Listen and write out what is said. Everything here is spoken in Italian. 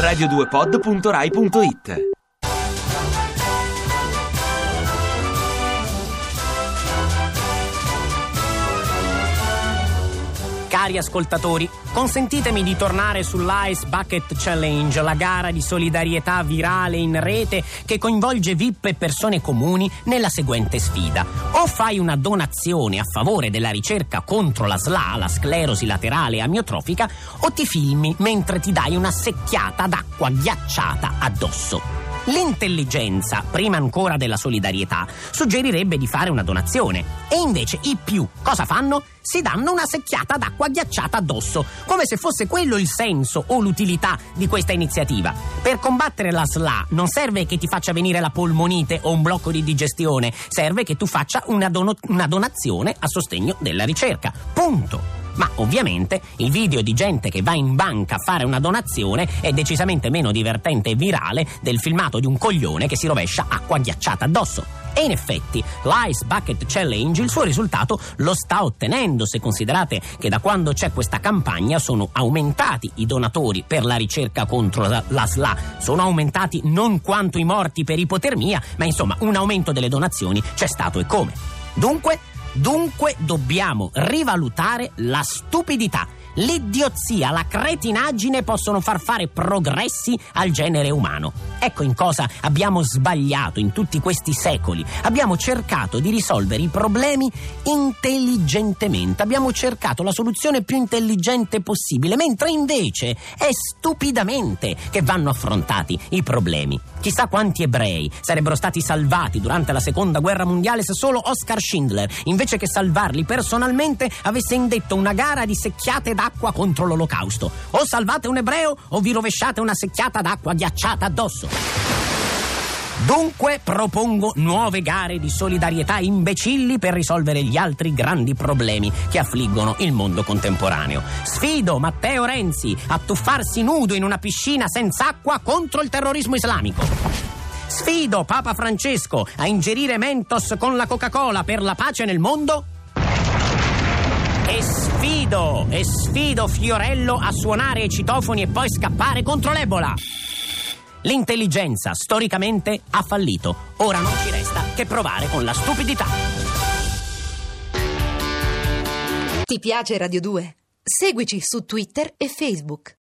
radio2pod.rai.it. Cari ascoltatori, consentitemi di tornare sull'Ice Bucket Challenge, la gara di solidarietà virale in rete che coinvolge VIP e persone comuni nella seguente sfida. O fai una donazione a favore della ricerca contro la SLA, la sclerosi laterale amiotrofica, o ti filmi mentre ti dai una secchiata d'acqua ghiacciata addosso. L'intelligenza, prima ancora della solidarietà, suggerirebbe di fare una donazione. E invece i più cosa fanno? Si danno una secchiata d'acqua ghiacciata addosso, come se fosse quello il senso o l'utilità di questa iniziativa. Per combattere la SLA non serve che ti faccia venire la polmonite o un blocco di digestione, serve che tu faccia una donazione a sostegno della ricerca. Punto. Ma ovviamente il video di gente che va in banca a fare una donazione è decisamente meno divertente e virale del filmato di un coglione che si rovescia acqua ghiacciata addosso. E in effetti l'Ice Bucket Challenge il suo risultato lo sta ottenendo, se considerate che da quando c'è questa campagna sono aumentati i donatori per la ricerca contro la SLA. Sono aumentati non quanto i morti per ipotermia, ma insomma un aumento delle donazioni c'è stato, e come. Dunque dobbiamo rivalutare la stupidità, l'idiozia, la cretinaggine possono far fare progressi al genere umano. Ecco in cosa abbiamo sbagliato in tutti questi secoli. Abbiamo cercato di risolvere i problemi intelligentemente, abbiamo cercato la soluzione più intelligente possibile, mentre invece è stupidamente che vanno affrontati i problemi. Chissà quanti ebrei sarebbero stati salvati durante la seconda guerra mondiale se solo Oskar Schindler, invece che salvarli personalmente, avesse indetto una gara di secchiate d'acqua contro l'Olocausto. O salvate un ebreo o vi rovesciate una secchiata d'acqua ghiacciata addosso. Dunque propongo nuove gare di solidarietà imbecilli per risolvere gli altri grandi problemi che affliggono il mondo contemporaneo. Sfido Matteo Renzi a tuffarsi nudo in una piscina senza acqua contro il terrorismo islamico. Sfido Papa Francesco a ingerire Mentos con la Coca-Cola per la pace nel mondo. E sfido Fiorello a suonare i citofoni e poi scappare contro l'Ebola. L'intelligenza storicamente ha fallito. Ora non ci resta che provare con la stupidità. Ti piace Radio 2? Seguici su Twitter e Facebook.